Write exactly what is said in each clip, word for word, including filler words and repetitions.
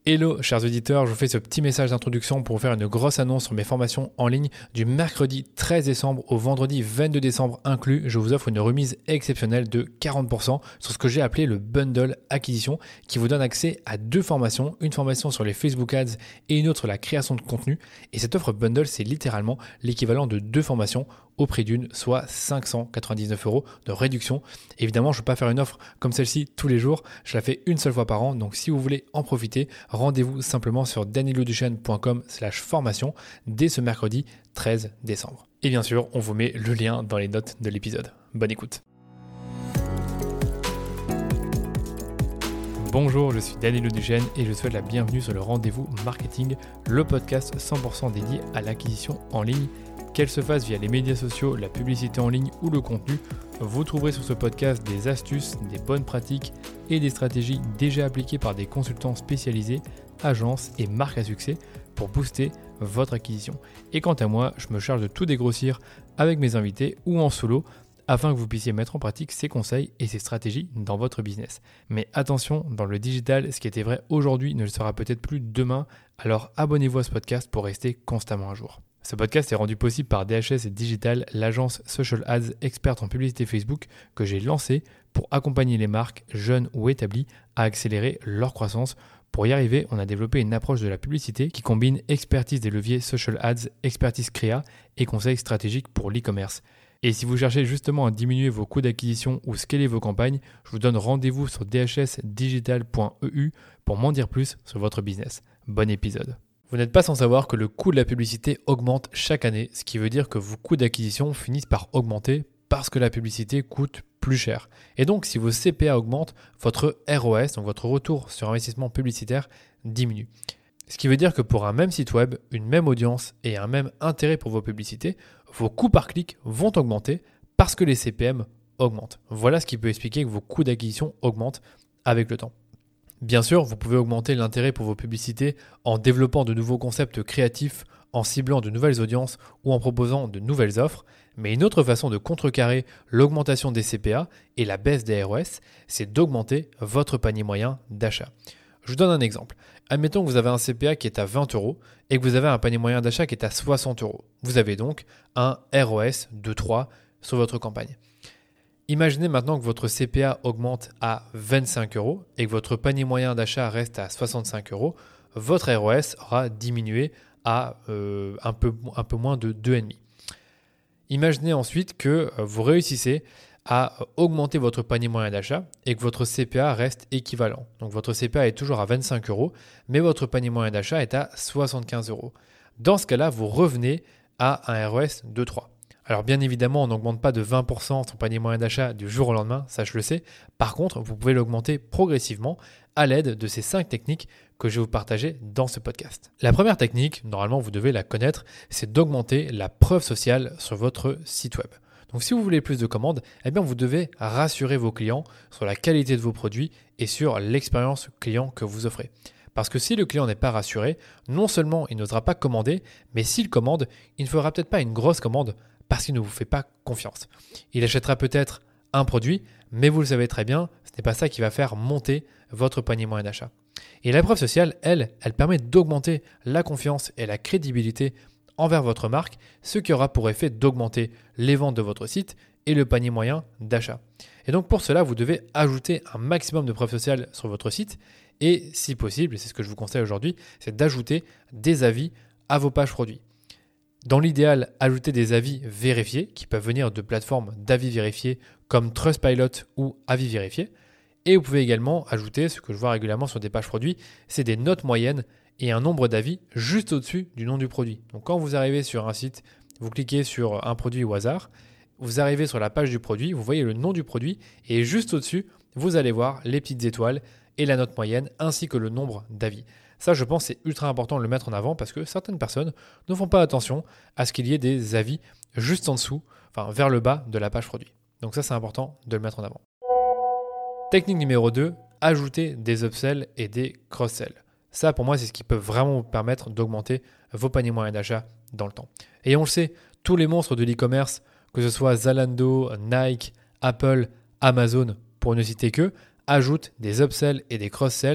Hello chers auditeurs, je vous fais ce petit message d'introduction pour vous faire une grosse annonce sur mes formations en ligne du mercredi treize décembre au vendredi vingt-deux décembre inclus. Je vous offre une remise exceptionnelle de quarante pour cent sur ce que j'ai appelé le bundle acquisition qui vous donne accès à deux formations, une formation sur les Facebook Ads et une autre sur la création de contenu. Et cette offre bundle, c'est littéralement l'équivalent de deux formations au prix d'une, soit cinq cent quatre-vingt-dix-neuf euros de réduction. Évidemment, je ne peux pas faire une offre comme celle-ci tous les jours, je la fais une seule fois par an, donc si vous voulez en profiter, rendez-vous simplement sur danielauduchesne point com slash formation dès ce mercredi treize décembre. Et bien sûr, on vous met le lien dans les notes de l'épisode. Bonne écoute. Bonjour, je suis Daniel Auduchesne et je souhaite la bienvenue sur le Rendez-vous Marketing, le podcast cent pour cent dédié à l'acquisition en ligne. Qu'elle se fasse via les médias sociaux, la publicité en ligne ou le contenu, vous trouverez sur ce podcast des astuces, des bonnes pratiques et des stratégies déjà appliquées par des consultants spécialisés, agences et marques à succès pour booster votre acquisition. Et quant à moi, je me charge de tout dégrossir avec mes invités ou en solo afin que vous puissiez mettre en pratique ces conseils et ces stratégies dans votre business. Mais attention, dans le digital, ce qui était vrai aujourd'hui ne le sera peut-être plus demain, alors abonnez-vous à ce podcast pour rester constamment à jour. Ce podcast est rendu possible par D H S Digital, l'agence Social Ads experte en publicité Facebook que j'ai lancée pour accompagner les marques, jeunes ou établies, à accélérer leur croissance. Pour y arriver, on a développé une approche de la publicité qui combine expertise des leviers Social Ads, expertise créa et conseils stratégiques pour l'e-commerce. Et si vous cherchez justement à diminuer vos coûts d'acquisition ou scaler vos campagnes, je vous donne rendez-vous sur d h s digital point e u pour m'en dire plus sur votre business. Bon épisode. Vous n'êtes pas sans savoir que le coût de la publicité augmente chaque année, ce qui veut dire que vos coûts d'acquisition finissent par augmenter parce que la publicité coûte plus cher. Et donc, si vos C P A augmentent, votre R O S, donc votre retour sur investissement publicitaire, diminue. Ce qui veut dire que pour un même site web, une même audience et un même intérêt pour vos publicités, vos coûts par clic vont augmenter parce que les C P M augmentent. Voilà ce qui peut expliquer que vos coûts d'acquisition augmentent avec le temps. Bien sûr, vous pouvez augmenter l'intérêt pour vos publicités en développant de nouveaux concepts créatifs, en ciblant de nouvelles audiences ou en proposant de nouvelles offres. Mais une autre façon de contrecarrer l'augmentation des C P A et la baisse des R O S, c'est d'augmenter votre panier moyen d'achat. Je vous donne un exemple. Admettons que vous avez un C P A qui est à vingt euros et que vous avez un panier moyen d'achat qui est à soixante euros. Vous avez donc un R O S de trois sur votre campagne. Imaginez maintenant que votre C P A augmente à vingt-cinq euros et que votre panier moyen d'achat reste à soixante-cinq euros. Votre R O S aura diminué à euh, un, peu, un peu moins de deux virgule cinq. Imaginez ensuite que vous réussissez à augmenter votre panier moyen d'achat et que votre C P A reste équivalent. Donc votre C P A est toujours à vingt-cinq euros, mais votre panier moyen d'achat est à soixante-quinze euros. Dans ce cas-là, vous revenez à un R O S de trois. Alors bien évidemment, on n'augmente pas de vingt pour cent son panier moyen d'achat du jour au lendemain, ça je le sais. Par contre, vous pouvez l'augmenter progressivement à l'aide de ces cinq techniques que je vais vous partager dans ce podcast. La première technique, normalement vous devez la connaître, c'est d'augmenter la preuve sociale sur votre site web. Donc si vous voulez plus de commandes, eh bien vous devez rassurer vos clients sur la qualité de vos produits et sur l'expérience client que vous offrez. Parce que si le client n'est pas rassuré, non seulement il n'osera pas commander, mais s'il commande, il ne fera peut-être pas une grosse commande parce qu'il ne vous fait pas confiance. Il achètera peut-être un produit, mais vous le savez très bien, ce n'est pas ça qui va faire monter votre panier moyen d'achat. Et la preuve sociale, elle, elle permet d'augmenter la confiance et la crédibilité envers votre marque, ce qui aura pour effet d'augmenter les ventes de votre site et le panier moyen d'achat. Et donc pour cela, vous devez ajouter un maximum de preuves sociales sur votre site et si possible, et c'est ce que je vous conseille aujourd'hui, c'est d'ajouter des avis à vos pages produits. Dans l'idéal, ajoutez des avis vérifiés qui peuvent venir de plateformes d'avis vérifiés comme Trustpilot ou Avis Vérifiés. Et vous pouvez également ajouter, ce que je vois régulièrement sur des pages produits, c'est des notes moyennes et un nombre d'avis juste au-dessus du nom du produit. Donc quand vous arrivez sur un site, vous cliquez sur un produit au hasard, vous arrivez sur la page du produit, vous voyez le nom du produit et juste au-dessus, vous allez voir les petites étoiles et la note moyenne ainsi que le nombre d'avis. Ça, je pense, c'est ultra important de le mettre en avant parce que certaines personnes ne font pas attention à ce qu'il y ait des avis juste en dessous, enfin vers le bas de la page produit. Donc ça, c'est important de le mettre en avant. Technique numéro deux, ajouter des upsells et des cross-sells. Ça, pour moi, c'est ce qui peut vraiment vous permettre d'augmenter vos paniers moyens d'achat dans le temps. Et on le sait, tous les monstres de l'e-commerce, que ce soit Zalando, Nike, Apple, Amazon, pour ne citer que, ajoutent des upsells et des cross-sells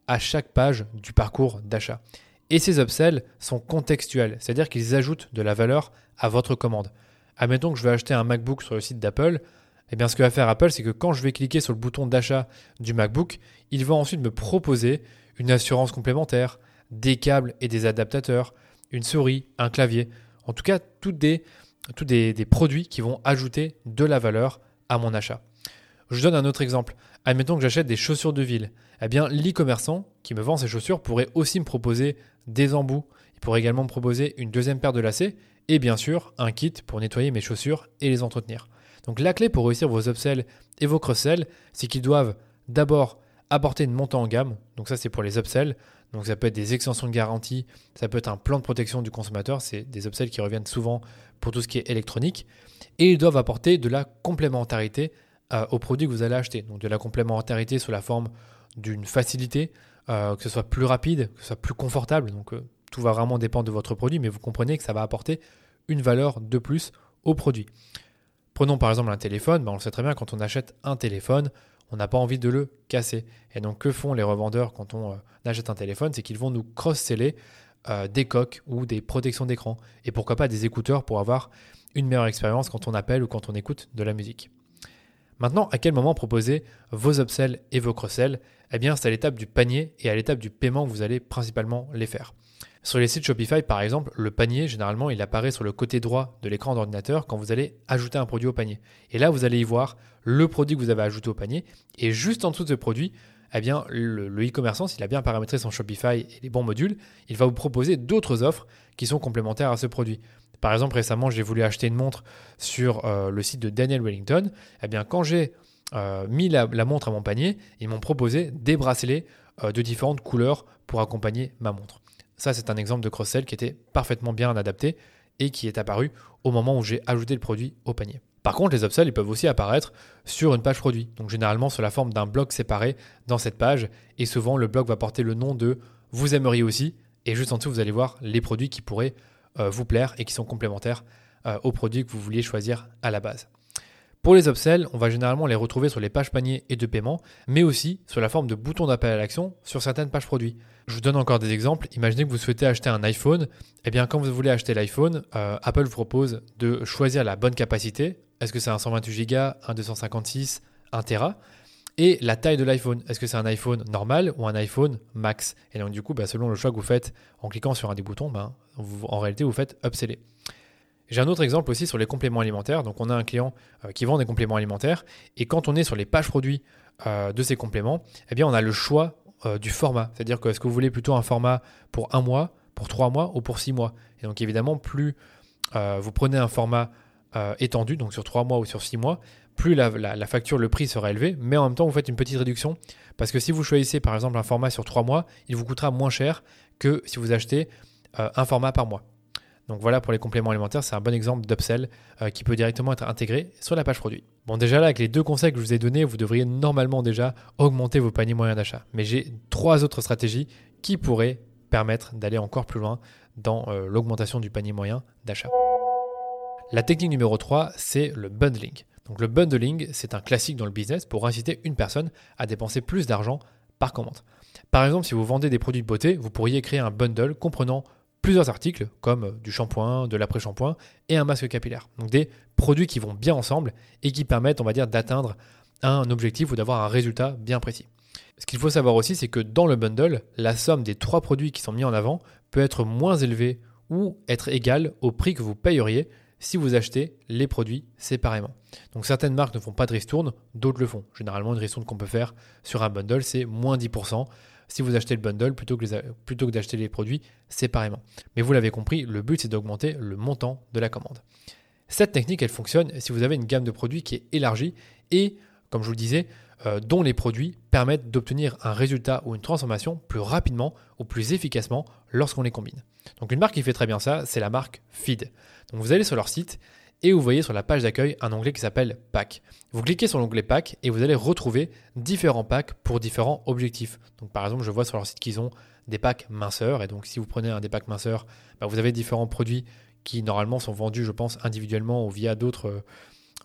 à chaque page du parcours d'achat. Et ces upsells sont contextuels, c'est-à-dire qu'ils ajoutent de la valeur à votre commande. Admettons que je vais acheter un MacBook sur le site d'Apple. Eh bien, ce que va faire Apple, c'est que quand je vais cliquer sur le bouton d'achat du MacBook, il va ensuite me proposer une assurance complémentaire, des câbles et des adaptateurs, une souris, un clavier. En tout cas, tous des, tous des, des produits qui vont ajouter de la valeur à mon achat. Je donne un autre exemple. Admettons que j'achète des chaussures de ville. Eh bien, l'e-commerçant qui me vend ces chaussures pourrait aussi me proposer des embouts. Il pourrait également me proposer une deuxième paire de lacets et bien sûr un kit pour nettoyer mes chaussures et les entretenir. Donc la clé pour réussir vos upsells et vos cross-sells, c'est qu'ils doivent d'abord apporter une montée en gamme. Donc ça, c'est pour les upsells. Donc ça peut être des extensions de garantie, ça peut être un plan de protection du consommateur. C'est des upsells qui reviennent souvent pour tout ce qui est électronique. Et ils doivent apporter de la complémentarité euh, aux produits que vous allez acheter. Donc de la complémentarité sous la forme d'une facilité, euh, que ce soit plus rapide, que ce soit plus confortable. Donc euh, tout va vraiment dépendre de votre produit, mais vous comprenez que ça va apporter une valeur de plus au produit. Prenons par exemple un téléphone, ben on le sait très bien, quand on achète un téléphone, on n'a pas envie de le casser. Et donc que font les revendeurs quand on euh, achète un téléphone, c'est qu'ils vont nous cross-seller euh, des coques ou des protections d'écran. Et pourquoi pas des écouteurs pour avoir une meilleure expérience quand on appelle ou quand on écoute de la musique. Maintenant, à quel moment proposer vos upsells et vos cross-sells ? Eh bien, c'est à l'étape du panier et à l'étape du paiement que vous allez principalement les faire. Sur les sites Shopify, par exemple, le panier, généralement, il apparaît sur le côté droit de l'écran d'ordinateur quand vous allez ajouter un produit au panier. Et là, vous allez y voir le produit que vous avez ajouté au panier. Et juste en dessous de ce produit, eh bien, le, le e-commerçant, s'il a bien paramétré son Shopify et les bons modules, il va vous proposer d'autres offres qui sont complémentaires à ce produit. Par exemple, récemment, j'ai voulu acheter une montre sur euh, le site de Daniel Wellington. Eh bien, quand j'ai euh, mis la, la montre à mon panier, ils m'ont proposé des bracelets euh, de différentes couleurs pour accompagner ma montre. Ça, c'est un exemple de cross-sell qui était parfaitement bien adapté et qui est apparu au moment où j'ai ajouté le produit au panier. Par contre, les upsells ils peuvent aussi apparaître sur une page produit, donc généralement sous la forme d'un bloc séparé dans cette page. Et souvent, le bloc va porter le nom de « Vous aimeriez aussi » et juste en dessous, vous allez voir les produits qui pourraient euh, vous plaire et qui sont complémentaires euh, aux produits que vous vouliez choisir à la base. Pour les upsells, on va généralement les retrouver sur les pages panier et de paiement, mais aussi sous la forme de boutons d'appel à l'action sur certaines pages produits. Je vous donne encore des exemples. Imaginez que vous souhaitez acheter un iPhone. Eh bien, quand vous voulez acheter l'iPhone, euh, Apple vous propose de choisir la bonne capacité. Est-ce que c'est un cent vingt-huit giga, un deux cent cinquante-six, un Tera ? Et la taille de l'iPhone. Est-ce que c'est un iPhone normal ou un iPhone Max ? Et donc, du coup, bah, selon le choix que vous faites en cliquant sur un des boutons, bah, vous, en réalité, vous faites upseller. J'ai un autre exemple aussi sur les compléments alimentaires. Donc, on a un client euh, qui vend des compléments alimentaires. Et quand on est sur les pages produits euh, de ces compléments, eh bien, on a le choix euh, du format. C'est-à-dire que est-ce que vous voulez plutôt un format pour un mois, pour trois mois ou pour six mois ? Et donc, évidemment, plus euh, vous prenez un format euh, étendu, donc sur trois mois ou sur six mois, plus la, la, la facture, le prix sera élevé. Mais en même temps, vous faites une petite réduction. Parce que si vous choisissez, par exemple, un format sur trois mois, il vous coûtera moins cher que si vous achetez euh, un format par mois. Donc voilà, pour les compléments alimentaires, c'est un bon exemple d'upsell euh, qui peut directement être intégré sur la page produit. Bon, déjà là, avec les deux conseils que je vous ai donnés, vous devriez normalement déjà augmenter vos paniers moyens d'achat. Mais j'ai trois autres stratégies qui pourraient permettre d'aller encore plus loin dans euh, l'augmentation du panier moyen d'achat. La technique numéro trois, c'est le bundling. Donc le bundling, c'est un classique dans le business pour inciter une personne à dépenser plus d'argent par commande. Par exemple, si vous vendez des produits de beauté, vous pourriez créer un bundle comprenant plusieurs articles comme du shampoing, de l'après-shampoing et un masque capillaire. Donc des produits qui vont bien ensemble et qui permettent, on va dire, d'atteindre un objectif ou d'avoir un résultat bien précis. Ce qu'il faut savoir aussi, c'est que dans le bundle, la somme des trois produits qui sont mis en avant peut être moins élevée ou être égale au prix que vous payeriez si vous achetez les produits séparément. Donc certaines marques ne font pas de ristourne, d'autres le font. Généralement, une ristourne qu'on peut faire sur un bundle, c'est moins dix pour cent si vous achetez le bundle plutôt que, les, plutôt que d'acheter les produits séparément. Mais vous l'avez compris, le but c'est d'augmenter le montant de la commande. Cette technique, elle fonctionne si vous avez une gamme de produits qui est élargie et, comme je vous le disais, euh, dont les produits permettent d'obtenir un résultat ou une transformation plus rapidement ou plus efficacement lorsqu'on les combine. Donc une marque qui fait très bien ça, c'est la marque Feed. Donc vous allez sur leur site et vous voyez sur la page d'accueil un onglet qui s'appelle Pack. Vous cliquez sur l'onglet Pack et vous allez retrouver différents packs pour différents objectifs. Donc par exemple, je vois sur leur site qu'ils ont des packs minceurs et donc si vous prenez un des packs minceurs, bah vous avez différents produits qui normalement sont vendus, je pense, individuellement ou via d'autres,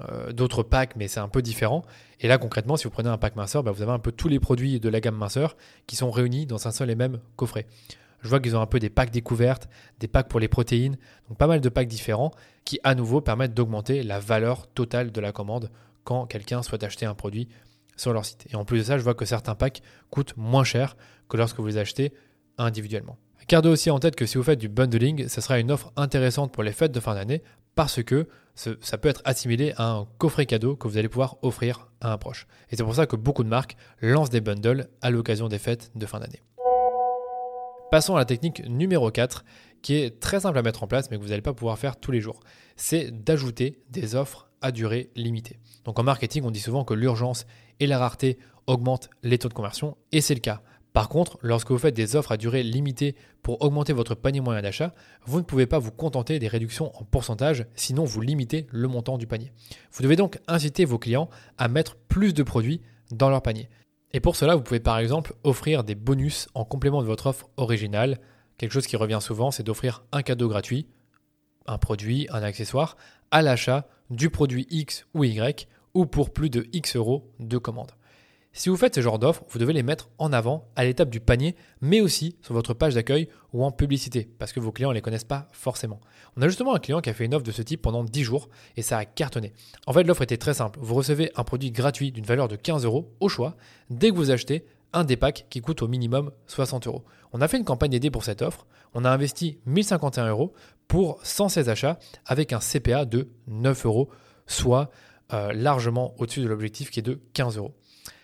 euh, d'autres packs, mais c'est un peu différent. Et là, concrètement, si vous prenez un pack minceur, bah, vous avez un peu tous les produits de la gamme minceur qui sont réunis dans un seul et même coffret. Je vois qu'ils ont un peu des packs découvertes, des packs pour les protéines, donc pas mal de packs différents qui, à nouveau, permettent d'augmenter la valeur totale de la commande quand quelqu'un souhaite acheter un produit sur leur site. Et en plus de ça, je vois que certains packs coûtent moins cher que lorsque vous les achetez individuellement. Gardez aussi en tête que si vous faites du bundling, ce sera une offre intéressante pour les fêtes de fin d'année parce que ça peut être assimilé à un coffret cadeau que vous allez pouvoir offrir à un proche. Et c'est pour ça que beaucoup de marques lancent des bundles à l'occasion des fêtes de fin d'année. Passons à la technique numéro quatre qui est très simple à mettre en place mais que vous n'allez pas pouvoir faire tous les jours. C'est d'ajouter des offres à durée limitée. Donc en marketing, on dit souvent que l'urgence et la rareté augmentent les taux de conversion et c'est le cas. Par contre, lorsque vous faites des offres à durée limitée pour augmenter votre panier moyen d'achat, vous ne pouvez pas vous contenter des réductions en pourcentage, sinon vous limitez le montant du panier. Vous devez donc inciter vos clients à mettre plus de produits dans leur panier. Et pour cela, vous pouvez par exemple offrir des bonus en complément de votre offre originale. Quelque chose qui revient souvent, c'est d'offrir un cadeau gratuit, un produit, un accessoire, à l'achat du produit X ou Y ou pour plus de X euros de commande. Si vous faites ce genre d'offres, vous devez les mettre en avant à l'étape du panier, mais aussi sur votre page d'accueil ou en publicité, parce que vos clients ne les connaissent pas forcément. On a justement un client qui a fait une offre de ce type pendant dix jours et ça a cartonné. En fait, l'offre était très simple. Vous recevez un produit gratuit d'une valeur de quinze euros au choix dès que vous achetez un des packs qui coûte au minimum soixante euros. On a fait une campagne aidée pour cette offre. On a investi mille cinquante et un euros pour cent seize achats avec un C P A de neuf euros, soit euh, largement au-dessus de l'objectif qui est de quinze euros.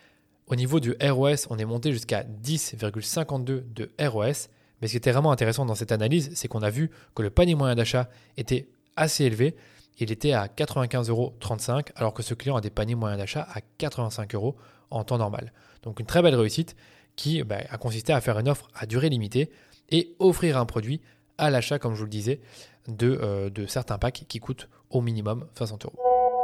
Au niveau du R O S, on est monté jusqu'à dix virgule cinquante-deux de R O S. Mais ce qui était vraiment intéressant dans cette analyse, c'est qu'on a vu que le panier moyen d'achat était assez élevé. Il était à quatre-vingt-quinze euros trente-cinq, alors que ce client a des paniers moyens d'achat à quatre-vingt-cinq euros en temps normal. Donc une très belle réussite qui bah, a consisté à faire une offre à durée limitée et offrir un produit à l'achat, comme je vous le disais, de, euh, de certains packs qui coûtent au minimum soixante euros.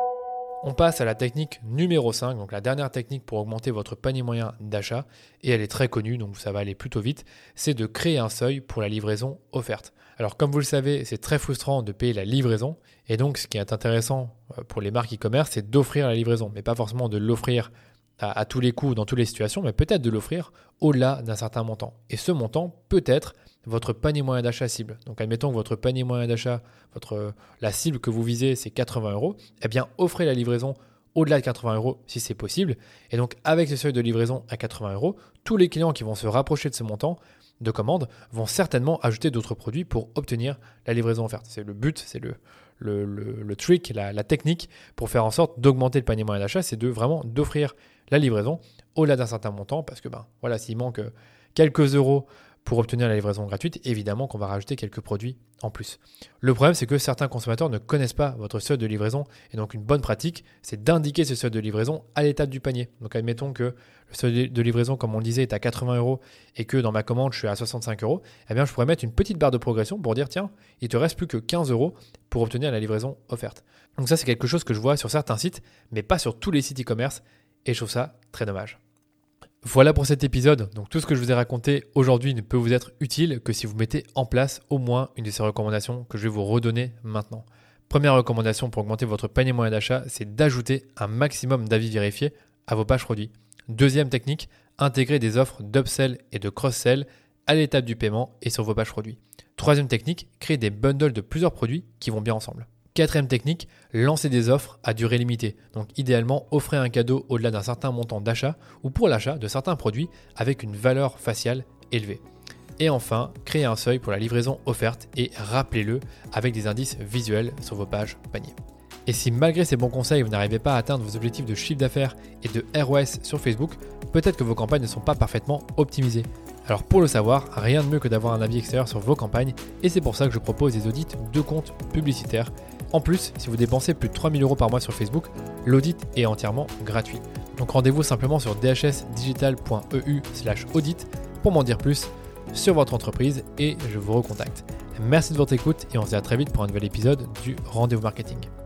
On passe à la technique numéro cinq, donc la dernière technique pour augmenter votre panier moyen d'achat, et elle est très connue, donc ça va aller plutôt vite, c'est de créer un seuil pour la livraison offerte. Alors comme vous le savez, c'est très frustrant de payer la livraison, et donc ce qui est intéressant pour les marques e-commerce, c'est d'offrir la livraison, mais pas forcément de l'offrir à, à tous les coups, dans toutes les situations, mais peut-être de l'offrir au-delà d'un certain montant. Et ce montant peut être votre panier moyen d'achat cible. Donc admettons que votre panier moyen d'achat, votre, la cible que vous visez, c'est quatre-vingts euros, eh bien offrez la livraison au-delà de quatre-vingts euros si c'est possible. Et donc avec ce seuil de livraison à quatre-vingts euros, tous les clients qui vont se rapprocher de ce montant de commande vont certainement ajouter d'autres produits pour obtenir la livraison offerte. C'est le but, c'est le, le, le, le trick, la, la technique pour faire en sorte d'augmenter le panier moyen d'achat, c'est de vraiment d'offrir la livraison au-delà d'un certain montant parce que ben, voilà, s'il manque quelques euros pour obtenir la livraison gratuite, évidemment qu'on va rajouter quelques produits en plus. Le problème, c'est que certains consommateurs ne connaissent pas votre seuil de livraison et donc une bonne pratique, c'est d'indiquer ce seuil de livraison à l'étape du panier. Donc admettons que le seuil de livraison, comme on le disait, est à quatre-vingts euros et que dans ma commande, je suis à soixante-cinq euros, eh bien je pourrais mettre une petite barre de progression pour dire tiens, il te reste plus que quinze euros pour obtenir la livraison offerte. Donc ça, c'est quelque chose que je vois sur certains sites, mais pas sur tous les sites e-commerce et je trouve ça très dommage. Voilà pour cet épisode. Donc tout ce que je vous ai raconté aujourd'hui ne peut vous être utile que si vous mettez en place au moins une de ces recommandations que je vais vous redonner maintenant. Première recommandation pour augmenter votre panier moyen d'achat, c'est d'ajouter un maximum d'avis vérifiés à vos pages produits. Deuxième technique, intégrer des offres d'upsell et de cross-sell à l'étape du paiement et sur vos pages produits. Troisième technique, créer des bundles de plusieurs produits qui vont bien ensemble. Quatrième technique, lancer des offres à durée limitée. Donc idéalement, offrez un cadeau au-delà d'un certain montant d'achat ou pour l'achat de certains produits avec une valeur faciale élevée. Et enfin, créez un seuil pour la livraison offerte et rappelez-le avec des indices visuels sur vos pages panier. Et si malgré ces bons conseils, vous n'arrivez pas à atteindre vos objectifs de chiffre d'affaires et de R O S sur Facebook, peut-être que vos campagnes ne sont pas parfaitement optimisées. Alors pour le savoir, rien de mieux que d'avoir un avis extérieur sur vos campagnes et c'est pour ça que je propose des audits de comptes publicitaires. En plus, si vous dépensez plus de trois mille euros par mois sur Facebook, l'audit est entièrement gratuit. Donc rendez-vous simplement sur d h s digital point e u slash audit pour m'en dire plus sur votre entreprise et je vous recontacte. Merci de votre écoute et on se dit à très vite pour un nouvel épisode du Rendez-vous Marketing.